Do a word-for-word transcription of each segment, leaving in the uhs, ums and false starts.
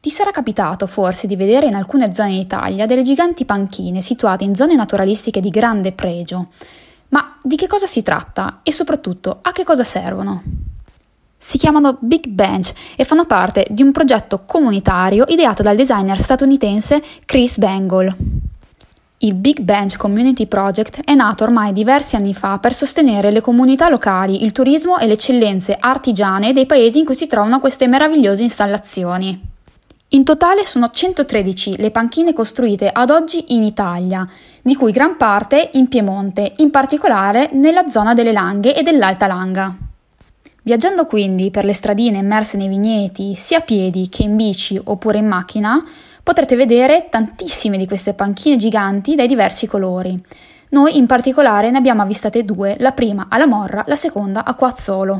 Ti sarà capitato forse di vedere in alcune zone d'Italia delle giganti panchine situate in zone naturalistiche di grande pregio. Ma di che cosa si tratta e soprattutto a che cosa servono? Si chiamano Big Bench e fanno parte di un progetto comunitario ideato dal designer statunitense Chris Bangle. Il Big Bench Community Project è nato ormai diversi anni fa per sostenere le comunità locali, il turismo e le eccellenze artigiane dei paesi in cui si trovano queste meravigliose installazioni. In totale sono centotredici le panchine costruite ad oggi in Italia, di cui gran parte in Piemonte, in particolare nella zona delle Langhe e dell'Alta Langa. Viaggiando quindi per le stradine immerse nei vigneti, sia a piedi che in bici oppure in macchina, potrete vedere tantissime di queste panchine giganti dai diversi colori. Noi in particolare ne abbiamo avvistate due, la prima alla Morra, la seconda a Coazzolo.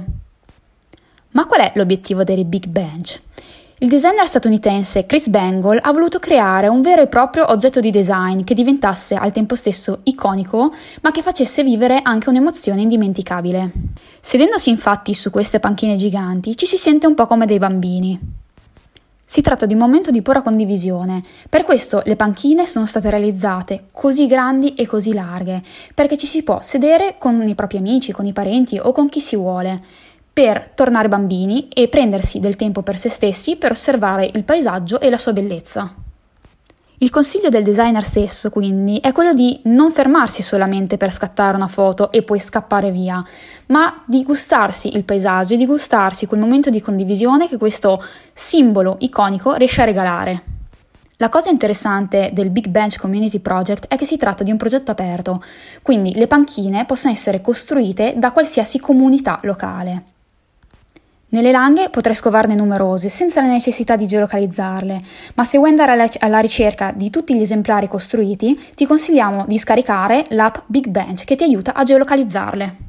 Ma qual è l'obiettivo dei Big Bench? Il designer statunitense Chris Bangle ha voluto creare un vero e proprio oggetto di design che diventasse al tempo stesso iconico, ma che facesse vivere anche un'emozione indimenticabile. Sedendosi infatti su queste panchine giganti ci si sente un po' come dei bambini. Si tratta di un momento di pura condivisione, per questo le panchine sono state realizzate così grandi e così larghe, perché ci si può sedere con i propri amici, con i parenti o con chi si vuole, per tornare bambini e prendersi del tempo per se stessi per osservare il paesaggio e la sua bellezza. Il consiglio del designer stesso, quindi, è quello di non fermarsi solamente per scattare una foto e poi scappare via, ma di gustarsi il paesaggio e di gustarsi quel momento di condivisione che questo simbolo iconico riesce a regalare. La cosa interessante del Big Bench Community Project è che si tratta di un progetto aperto, quindi le panchine possono essere costruite da qualsiasi comunità locale. Nelle Langhe potrai scovarne numerose, senza la necessità di geolocalizzarle, ma se vuoi andare alla, alla ricerca di tutti gli esemplari costruiti, ti consigliamo di scaricare l'app Big Bench che ti aiuta a geolocalizzarle.